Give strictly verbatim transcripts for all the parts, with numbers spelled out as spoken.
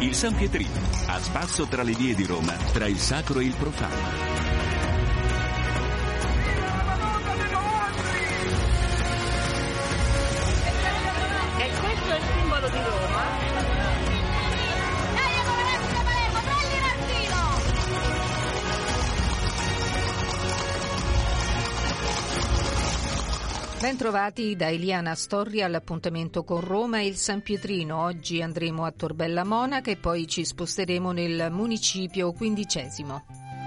Il San Pietrino, a spasso tra le vie di Roma, tra il sacro e il profano. Bentrovati da Eliana Storri all'appuntamento con Roma e il San Pietrino. Oggi andremo a Torbella Monaca e poi ci sposteremo nel municipio quindicesimo.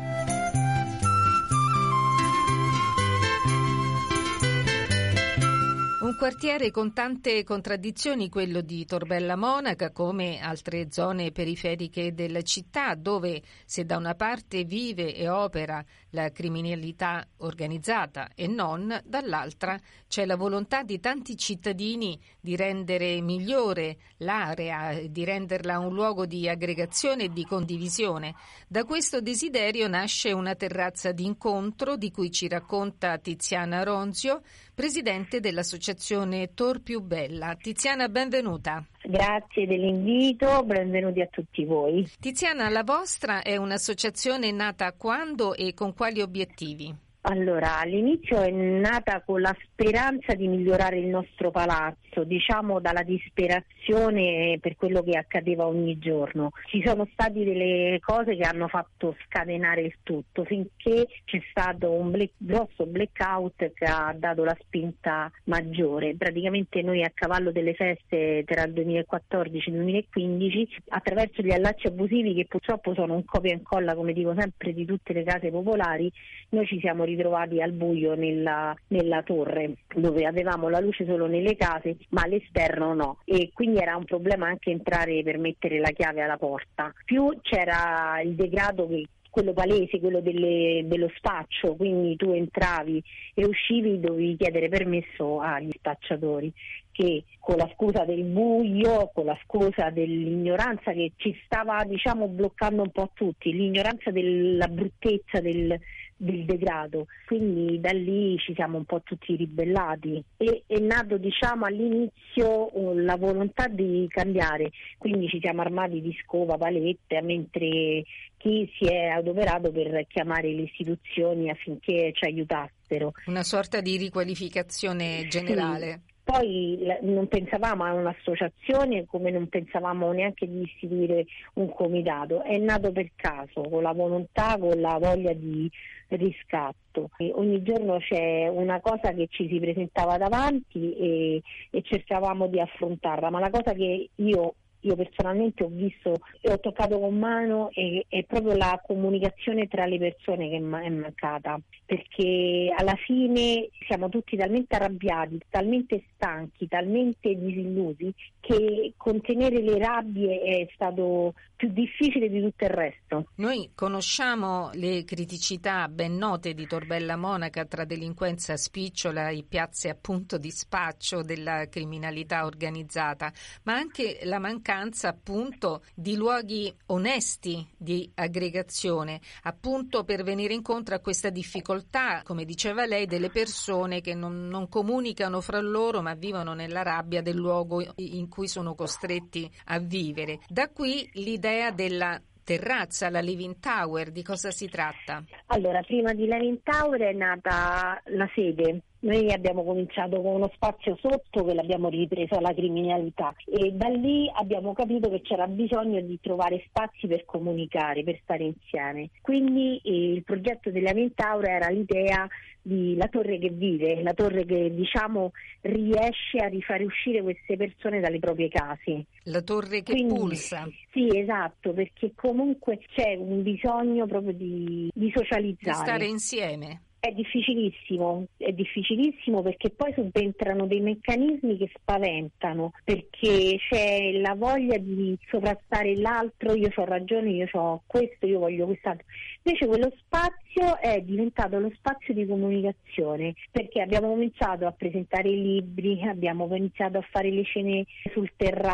Un quartiere con tante contraddizioni, quello di Torbella Monaca, come altre zone periferiche della città, dove se da una parte vive e opera la criminalità organizzata e non, dall'altra c'è la volontà di tanti cittadini di rendere migliore l'area, di renderla un luogo di aggregazione e di condivisione. Da questo desiderio nasce una terrazza d'incontro di cui ci racconta Tiziana Ronzio, presidente dell'associazione Tor Più Bella. Tiziana, benvenuta. Grazie dell'invito, benvenuti a tutti voi. Tiziana, la vostra è un'associazione nata quando e con quali obiettivi? Allora, all'inizio è nata con la speranza di migliorare il nostro palazzo, diciamo dalla disperazione per quello che accadeva ogni giorno. Ci sono state delle cose che hanno fatto scatenare il tutto, finché c'è stato un black, grosso blackout che ha dato la spinta maggiore. Praticamente noi a cavallo delle feste tra il duemilaquattordici e il duemilaquindici, attraverso gli allacci abusivi che purtroppo sono un copia e incolla, come dico sempre, di tutte le case popolari, noi ci siamo ritrovati al buio nella, nella torre, dove avevamo la luce solo nelle case ma all'esterno no, e quindi era un problema anche entrare per mettere la chiave alla porta. Più c'era il degrado che quello palese, quello delle, dello spaccio, quindi tu entravi e uscivi, dovevi chiedere permesso agli spacciatori, che con la scusa del buio, con la scusa dell'ignoranza che ci stava, diciamo, bloccando un po' tutti, l'ignoranza della bruttezza del, del degrado. Quindi da lì ci siamo un po' tutti ribellati e è nato, diciamo, all'inizio la volontà di cambiare, quindi ci siamo armati di scopa, palette, mentre chi si è adoperato per chiamare le istituzioni affinché ci aiutassero. Una sorta di riqualificazione generale. Sì. Poi non pensavamo a un'associazione, come non pensavamo neanche di istituire un comitato. È nato per caso, con la volontà, con la voglia di riscatto. E ogni giorno c'è una cosa che ci si presentava davanti e, e cercavamo di affrontarla, ma la cosa che io Io personalmente ho visto e ho toccato con mano è, è proprio la comunicazione tra le persone che è mancata, perché alla fine siamo tutti talmente arrabbiati, talmente stanchi, talmente disillusi che contenere le rabbie è stato più difficile di tutto il resto. Noi conosciamo le criticità ben note di Torbella Monaca tra delinquenza spicciola e piazze appunto di spaccio della criminalità organizzata, ma anche la mancanza appunto di luoghi onesti di aggregazione, appunto per venire incontro a questa difficoltà, come diceva lei, delle persone che non, non comunicano fra loro ma vivono nella rabbia del luogo in cui sono costretti a vivere. Da qui l'idea della terrazza, la Living Tower. Di cosa si tratta? Allora, prima di Living Tower è nata la sede. Noi abbiamo cominciato con uno spazio sotto che l'abbiamo ripreso alla criminalità e da lì abbiamo capito che c'era bisogno di trovare spazi per comunicare, per stare insieme. Quindi eh, il progetto della Living Tower era l'idea di la torre che vive, la torre che, diciamo, riesce a rifare uscire queste persone dalle proprie case. La torre che Quindi, pulsa. Sì, esatto, perché comunque c'è un bisogno proprio di, di socializzare. Di stare insieme. È difficilissimo, è difficilissimo perché poi subentrano dei meccanismi che spaventano, perché c'è la voglia di sovrastare l'altro, io ho ragione, io ho questo, io voglio quest'altro. Invece quello spazio è diventato lo spazio di comunicazione, perché abbiamo cominciato a presentare i libri, abbiamo iniziato a fare le cene sul terrazzo,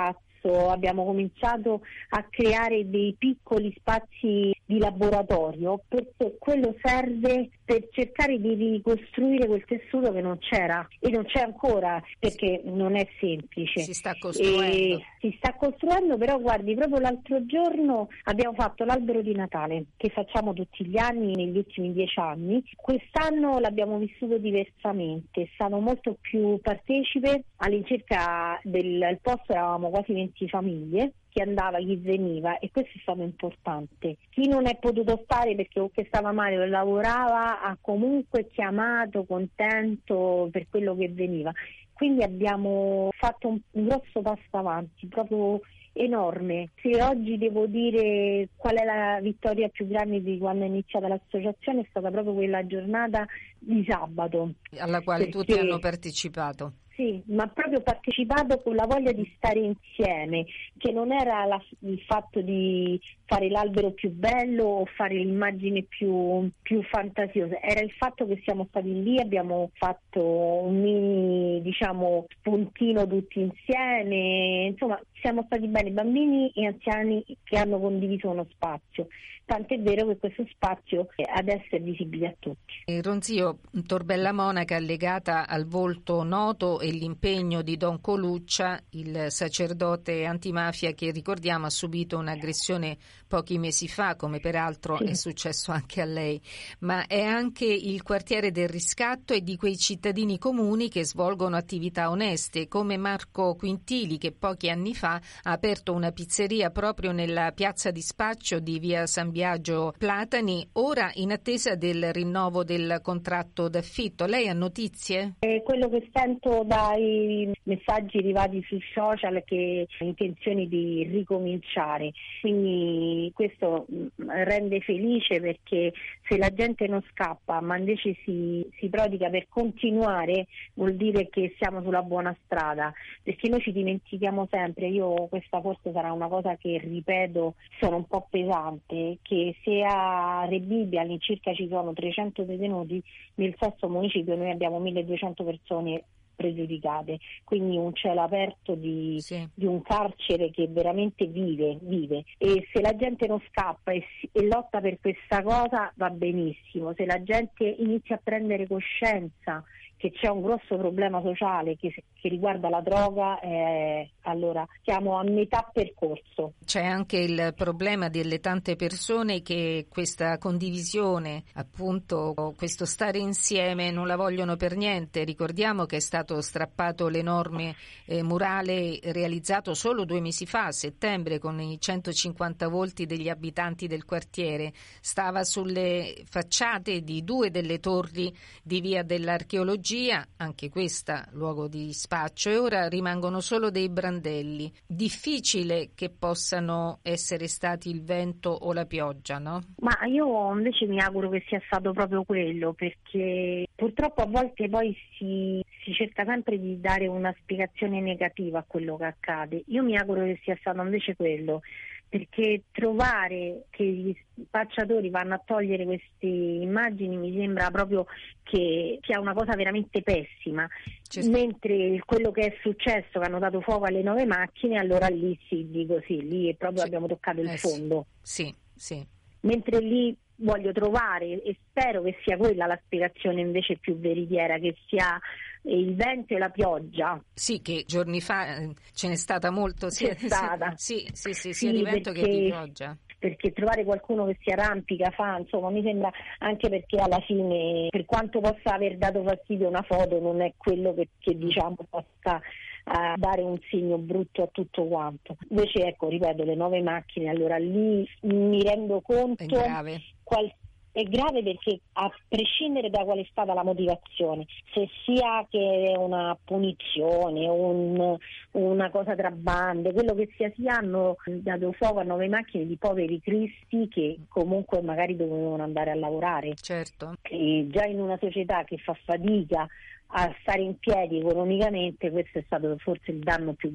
adesso abbiamo cominciato a creare dei piccoli spazi di laboratorio, perché quello serve per cercare di ricostruire quel tessuto che non c'era e non c'è ancora, perché non è semplice. Si sta costruendo. E si sta costruendo, però guardi, proprio l'altro giorno abbiamo fatto l'albero di Natale, che facciamo tutti gli anni negli ultimi dieci anni. Quest'anno l'abbiamo vissuto diversamente, è stato molto più partecipe. All'incirca del posto eravamo quasi venti famiglie, chi andava, chi veniva, e questo è stato importante. Chi non è potuto stare perché o che stava male o lavorava ha comunque chiamato contento per quello che veniva. Quindi abbiamo fatto un, un grosso passo avanti, proprio enorme. Se oggi devo dire qual è la vittoria più grande di quando è iniziata l'associazione, è stata proprio quella giornata di sabato. Alla quale perché... tutti hanno partecipato. Sì, ma proprio partecipato con la voglia di stare insieme, che non era la, il fatto di fare l'albero più bello o fare l'immagine più, più fantasiosa, era il fatto che siamo stati lì, abbiamo fatto un mini, diciamo, spuntino tutti insieme, insomma siamo stati bene, bambini e anziani che hanno condiviso uno spazio. Tant'è vero che questo spazio adesso è visibile a tutti. Ronzio, Torbella Monaca legata al volto noto e l'impegno di Don Coluccia, il sacerdote antimafia che ricordiamo ha subito un'aggressione pochi mesi fa, come peraltro sì. È successo anche a lei, ma è anche il quartiere del riscatto e di quei cittadini comuni che svolgono attività oneste, come Marco Quintili che pochi anni fa ha aperto una pizzeria proprio nella piazza di spaccio di via San Biagio Platani, ora in attesa del rinnovo del contratto d'affitto. Lei ha notizie? È quello che sento dai messaggi arrivati sui social, che ha intenzione di ricominciare, quindi questo rende felice, perché se la gente non scappa ma invece si, si prodiga per continuare, vuol dire che siamo sulla buona strada, perché noi ci dimentichiamo sempre. Io questa forse sarà una cosa che ripeto, sono un po' pesante, che se a Rebibbia all'incirca ci sono trecento detenuti, nel sesto municipio noi abbiamo milleduecento persone pregiudicate, quindi un cielo aperto di, sì. di un carcere che veramente vive, vive. E se la gente non scappa e, e lotta per questa cosa va benissimo, se la gente inizia a prendere coscienza che c'è un grosso problema sociale che, che riguarda la droga, eh, allora siamo a metà percorso. C'è anche il problema delle tante persone che questa condivisione, appunto questo stare insieme, non la vogliono per niente. Ricordiamo che è stato strappato l'enorme eh, murale realizzato solo due mesi fa, a settembre, con i centocinquanta volti degli abitanti del quartiere. Stava sulle facciate di due delle torri di via dell'Archeologia, anche questa luogo di spaccio, e ora rimangono solo dei brandelli. Difficile che possano essere stati il vento o la pioggia, no? Ma io invece mi auguro che sia stato proprio quello, perché purtroppo a volte poi si, si cerca sempre di dare una spiegazione negativa a quello che accade. Io mi auguro che sia stato invece quello, perché trovare che gli spacciatori vanno a togliere queste immagini mi sembra proprio che sia una cosa veramente pessima. Certo. Mentre quello che è successo, che hanno dato fuoco alle nove macchine, allora lì sì, dico sì, lì proprio sì. Abbiamo toccato il eh fondo. Sì, sì. Mentre lì voglio trovare, e spero che sia quella la spiegazione invece più veritiera, che sia il vento e la pioggia. Sì, che giorni fa eh, ce n'è stata molto, sia, C'è stata. Sì, sì, sì, sia sì, di vento perché, che di pioggia. Perché trovare qualcuno che si arrampica fa, insomma, mi sembra, anche perché alla fine, per quanto possa aver dato fastidio una foto, non è quello che, che diciamo possa a dare un segno brutto a tutto quanto. Invece, ecco, ripeto, le nuove macchine, allora lì mi rendo conto è grave. Qual- è grave perché, a prescindere da qual è stata la motivazione, se sia che è una punizione, un, una cosa tra bande, quello che sia, si hanno dato fuoco a nove macchine di poveri cristi che comunque magari dovevano andare a lavorare. Certo. E già in una società che fa fatica a stare in piedi economicamente, questo è stato forse il danno più grosso.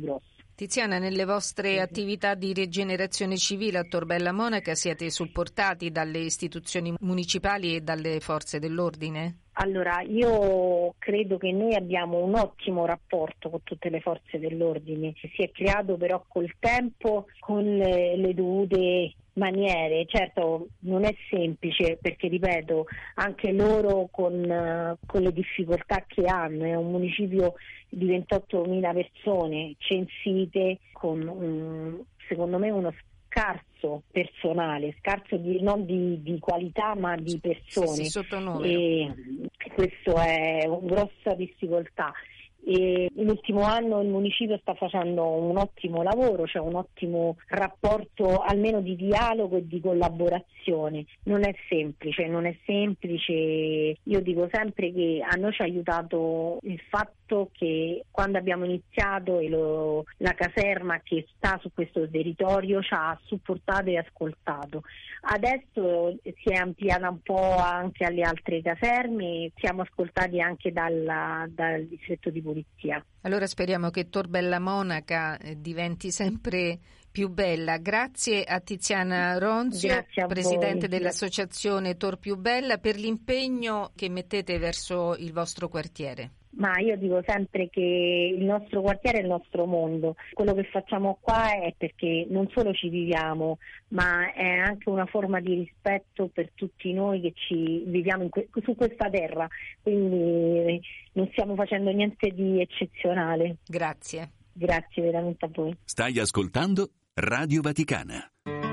Tiziana, nelle vostre attività di rigenerazione civile a Torbella Monaca siete supportati dalle istituzioni municipali e dalle forze dell'ordine? Allora, io credo che noi abbiamo un ottimo rapporto con tutte le forze dell'ordine, si è creato però col tempo, con le, le dovute maniere. Certo non è semplice perché, ripeto, anche loro con, con le difficoltà che hanno, è un municipio di ventottomila persone censite con un, secondo me uno scarso personale, scarso di, non di, di qualità ma di persone, sì, sì, e questo è una grossa difficoltà. E l'ultimo anno il municipio sta facendo un ottimo lavoro, c'è cioè un ottimo rapporto almeno di dialogo e di collaborazione. Non è semplice, non è semplice. Io dico sempre che a noi ci ha aiutato il fatto che quando abbiamo iniziato e lo, la caserma che sta su questo territorio ci ha supportato e ascoltato. Adesso si è ampliata un po' anche alle altre caserme, siamo ascoltati anche dalla, dal distretto di polizia. Allora speriamo che Torbella Monaca diventi sempre più bella. Grazie a Tiziana Ronzio, a presidente voi. dell'associazione Tor Più Bella, per l'impegno che mettete verso il vostro quartiere. Ma io dico sempre che il nostro quartiere è il nostro mondo. Quello che facciamo qua è perché non solo ci viviamo, ma è anche una forma di rispetto per tutti noi che ci viviamo in que- su questa terra. Quindi non stiamo facendo niente di eccezionale. Grazie. Grazie veramente a voi. Stai ascoltando Radio Vaticana.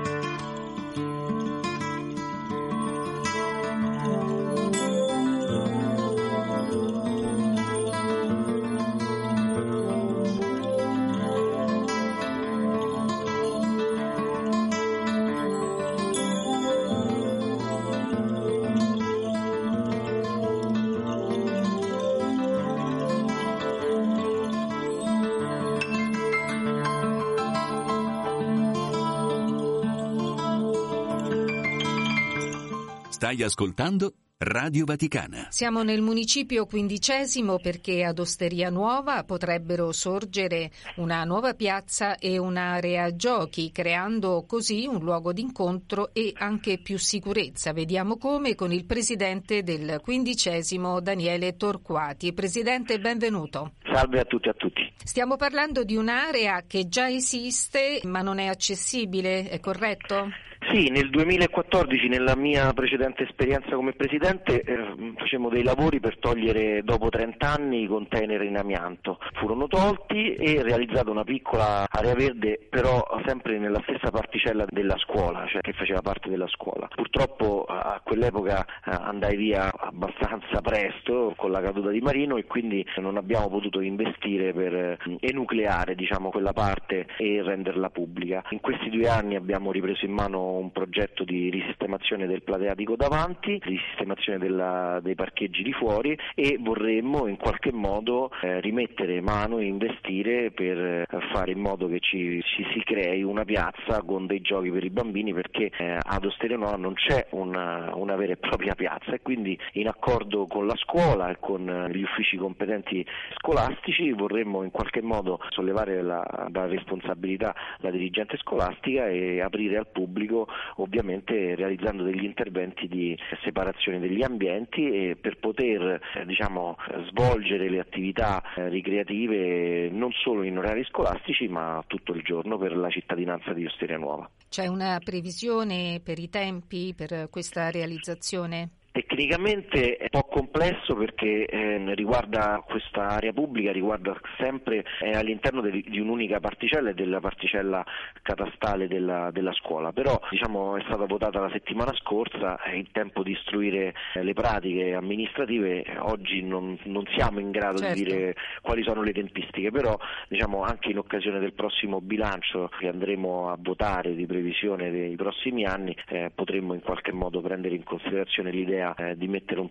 Stai ascoltando Radio Vaticana. Siamo nel municipio quindicesimo perché ad Osteria Nuova potrebbero sorgere una nuova piazza e un'area giochi, creando così un luogo d'incontro e anche più sicurezza. Vediamo come con il presidente del quindicesimo, Daniele Torquati. Presidente, benvenuto. Salve a tutti e a tutti. Stiamo parlando di un'area che già esiste ma non è accessibile, è corretto? Sì, nel duemilaquattordici, nella mia precedente esperienza come presidente, eh, facemmo dei lavori per togliere dopo trenta anni i container in amianto. Furono tolti e realizzata una piccola area verde, però sempre nella stessa particella della scuola, cioè che faceva parte della scuola. Purtroppo a quell'epoca eh, andai via abbastanza presto con la caduta di Marino e quindi non abbiamo potuto investire per eh, enucleare, diciamo, quella parte e renderla pubblica. In questi due anni abbiamo ripreso in mano un progetto di risistemazione del plateatico davanti, di sistemazione della, dei parcheggi di fuori e vorremmo in qualche modo eh, rimettere mano e investire per eh, fare in modo che ci, ci si crei una piazza con dei giochi per i bambini, perché eh, ad Osteria Nuova non c'è una, una vera e propria piazza e quindi in accordo con la scuola e con gli uffici competenti scolastici vorremmo in qualche modo sollevare la, la responsabilità la dirigente scolastica e aprire al pubblico, ovviamente realizzando degli interventi di separazione degli ambienti e per poter eh, diciamo svolgere le attività eh, ricreative non solo in orari scolastici ma tutto il giorno per la cittadinanza di Osteria Nuova. C'è una previsione per i tempi per questa realizzazione? Tecnicamente è un po' complesso perché eh, riguarda questa area pubblica, riguarda sempre eh, all'interno de- di un'unica particella e della particella catastale della, della scuola, però diciamo è stata votata la settimana scorsa, è il tempo di istruire eh, le pratiche amministrative, oggi non, non siamo in grado certo. di dire quali sono le tempistiche, però diciamo anche in occasione del prossimo bilancio che andremo a votare di previsione dei prossimi anni eh, potremmo in qualche modo prendere in considerazione l'idea di mettere un piccolo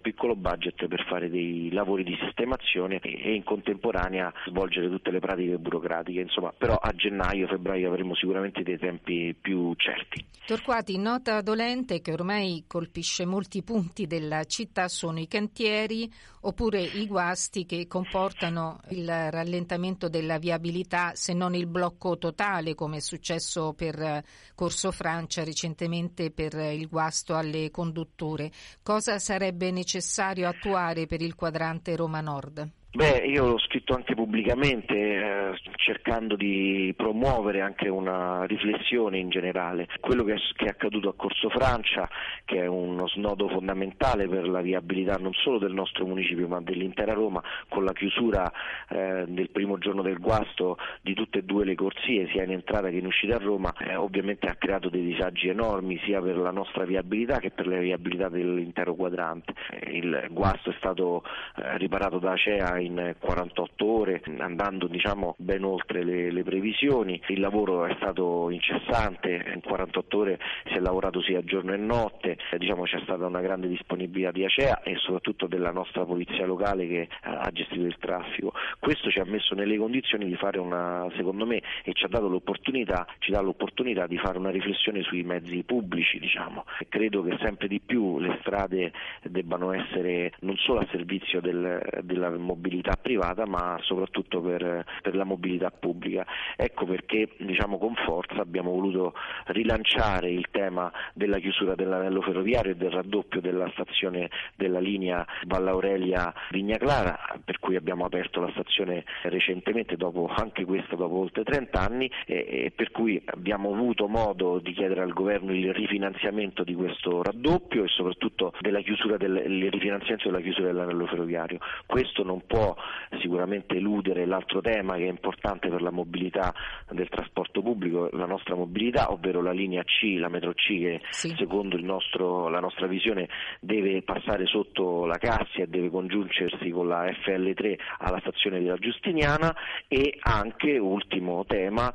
budget per fare dei lavori di sistemazione e, e in contemporanea svolgere tutte le pratiche burocratiche. Insomma, però a gennaio, febbraio avremo sicuramente dei tempi più certi. Torquati, nota dolente che ormai colpisce molti punti della città sono i cantieri oppure i guasti che comportano il rallentamento della viabilità, se non il blocco totale, come è successo per Corso Francia recentemente per il guasto alle condutture. Cosa sarebbe necessario attuare per il quadrante Roma Nord? Beh, io l'ho scritto anche pubblicamente, eh, cercando di promuovere anche una riflessione in generale. Quello che è, che è accaduto a Corso Francia, che è uno snodo fondamentale per la viabilità non solo del nostro municipio ma dell'intera Roma, con la chiusura eh, del primo giorno del guasto di tutte e due le corsie, sia in entrata che in uscita a Roma, eh, ovviamente ha creato dei disagi enormi sia per la nostra viabilità che per la viabilità dell'intero quadrante. Il guasto è stato eh, riparato da Acea in quarantotto ore, andando diciamo ben oltre le, le previsioni. Il lavoro è stato incessante, in quarantotto ore si è lavorato sia giorno e notte, eh, diciamo c'è stata una grande disponibilità di Acea e soprattutto della nostra polizia locale che eh, ha gestito il traffico. Questo ci ha messo nelle condizioni di fare una, secondo me, e ci ha dato l'opportunità, ci dà l'opportunità di fare una riflessione sui mezzi pubblici, diciamo. E credo che sempre di più le strade debbano essere non solo a servizio del, della mobilità privata ma soprattutto per, per la mobilità pubblica. Ecco perché diciamo con forza abbiamo voluto rilanciare il tema della chiusura dell'anello ferroviario e del raddoppio della stazione della linea Valle Aurelia Vigna Clara, per cui abbiamo aperto la stazione recentemente, dopo anche questa dopo oltre trenta anni, e, e per cui abbiamo avuto modo di chiedere al governo il rifinanziamento di questo raddoppio e soprattutto della chiusura del il rifinanziamento della chiusura dell'anello ferroviario. Questo non può sicuramente eludere l'altro tema che è importante per la mobilità del trasporto pubblico, la nostra mobilità, ovvero la linea C, la metro C, che sì, secondo il nostro, la nostra visione deve passare sotto la Cassia e deve congiungersi con la F L tre alla stazione della Giustiniana, e anche, ultimo tema,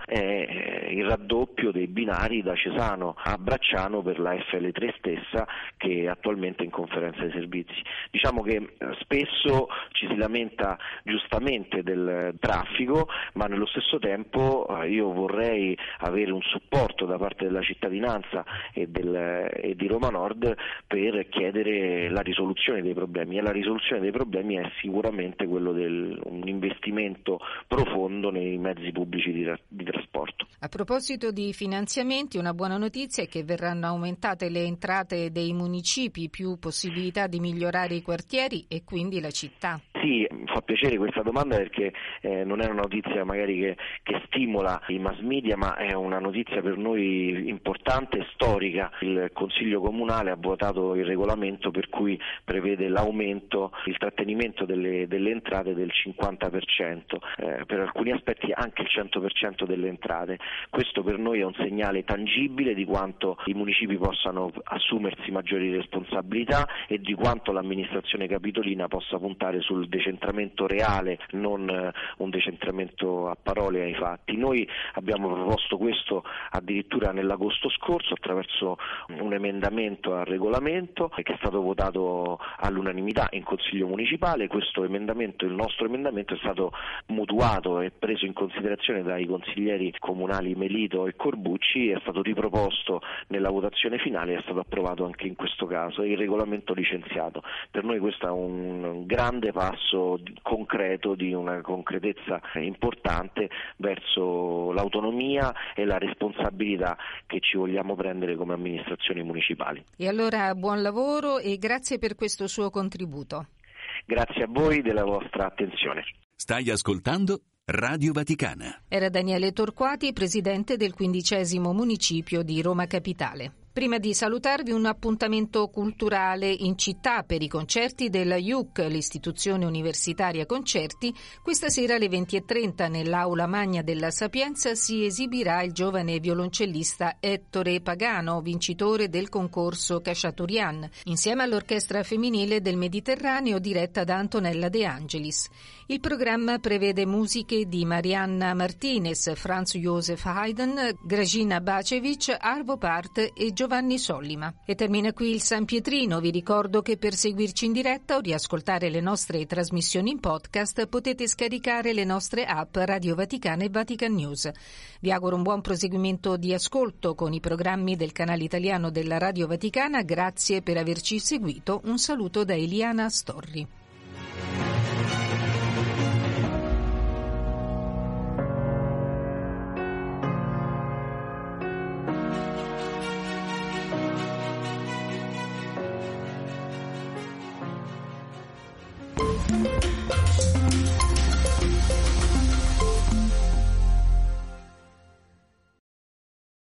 è il raddoppio dei binari da Cesano a Bracciano per la F L tre stessa, che attualmente è in conferenza dei servizi. Diciamo che spesso ci si lamenta giustamente del traffico, ma nello stesso tempo eh, io vorrei avere un supporto da parte della cittadinanza e, del, e di Roma Nord per chiedere la risoluzione dei problemi, e la risoluzione dei problemi è sicuramente quello di un investimento profondo nei mezzi pubblici di, di trasporto. A proposito di finanziamenti, una buona notizia è che verranno aumentate le entrate dei municipi, più possibilità di migliorare i quartieri e quindi la città. Sì, fa piacere questa domanda perché eh, non è una notizia magari che, che stimola i mass media, ma è una notizia per noi importante e storica. Il Consiglio Comunale ha votato il regolamento per cui prevede l'aumento, il trattenimento delle, delle entrate del cinquanta per cento, eh, per alcuni aspetti anche il cento per cento delle entrate. Questo per noi è un segnale tangibile di quanto i municipi possano assumersi maggiori responsabilità e di quanto l'amministrazione capitolina possa puntare sul decentramento reale, non un decentramento a parole ai fatti. Noi abbiamo proposto questo addirittura nell'agosto scorso attraverso un emendamento al regolamento che è stato votato all'unanimità in Consiglio Municipale. Questo emendamento, il nostro emendamento, è stato mutuato e preso in considerazione dai consiglieri comunali Melito e Corbucci, è stato riproposto nella votazione finale e è stato approvato anche in questo caso e il regolamento licenziato. Per noi questo è un grande passo concreto, di una concretezza importante verso l'autonomia e la responsabilità che ci vogliamo prendere come amministrazioni municipali. E allora buon lavoro e grazie per questo suo contributo. Grazie a voi della vostra attenzione. Stai ascoltando Radio Vaticana. Era Daniele Torquati, presidente del quindicesimo municipio di Roma Capitale. Prima di salutarvi, un appuntamento culturale in città per i concerti della I U C, l'istituzione universitaria concerti. Questa sera alle venti e trenta nell'Aula Magna della Sapienza si esibirà il giovane violoncellista Ettore Pagano, vincitore del concorso Cacciaturian, insieme all'orchestra femminile del Mediterraneo diretta da Antonella De Angelis. Il programma prevede musiche di Marianna Martinez, Franz Joseph Haydn, Grażyna Bacevic, Arvo Part e Giovanni Sollima. E termina qui il San Pietrino. Vi ricordo che per seguirci in diretta o riascoltare le nostre trasmissioni in podcast potete scaricare le nostre app Radio Vaticana e Vatican News. Vi auguro un buon proseguimento di ascolto con i programmi del canale italiano della Radio Vaticana. Grazie per averci seguito. Un saluto da Eliana Storri.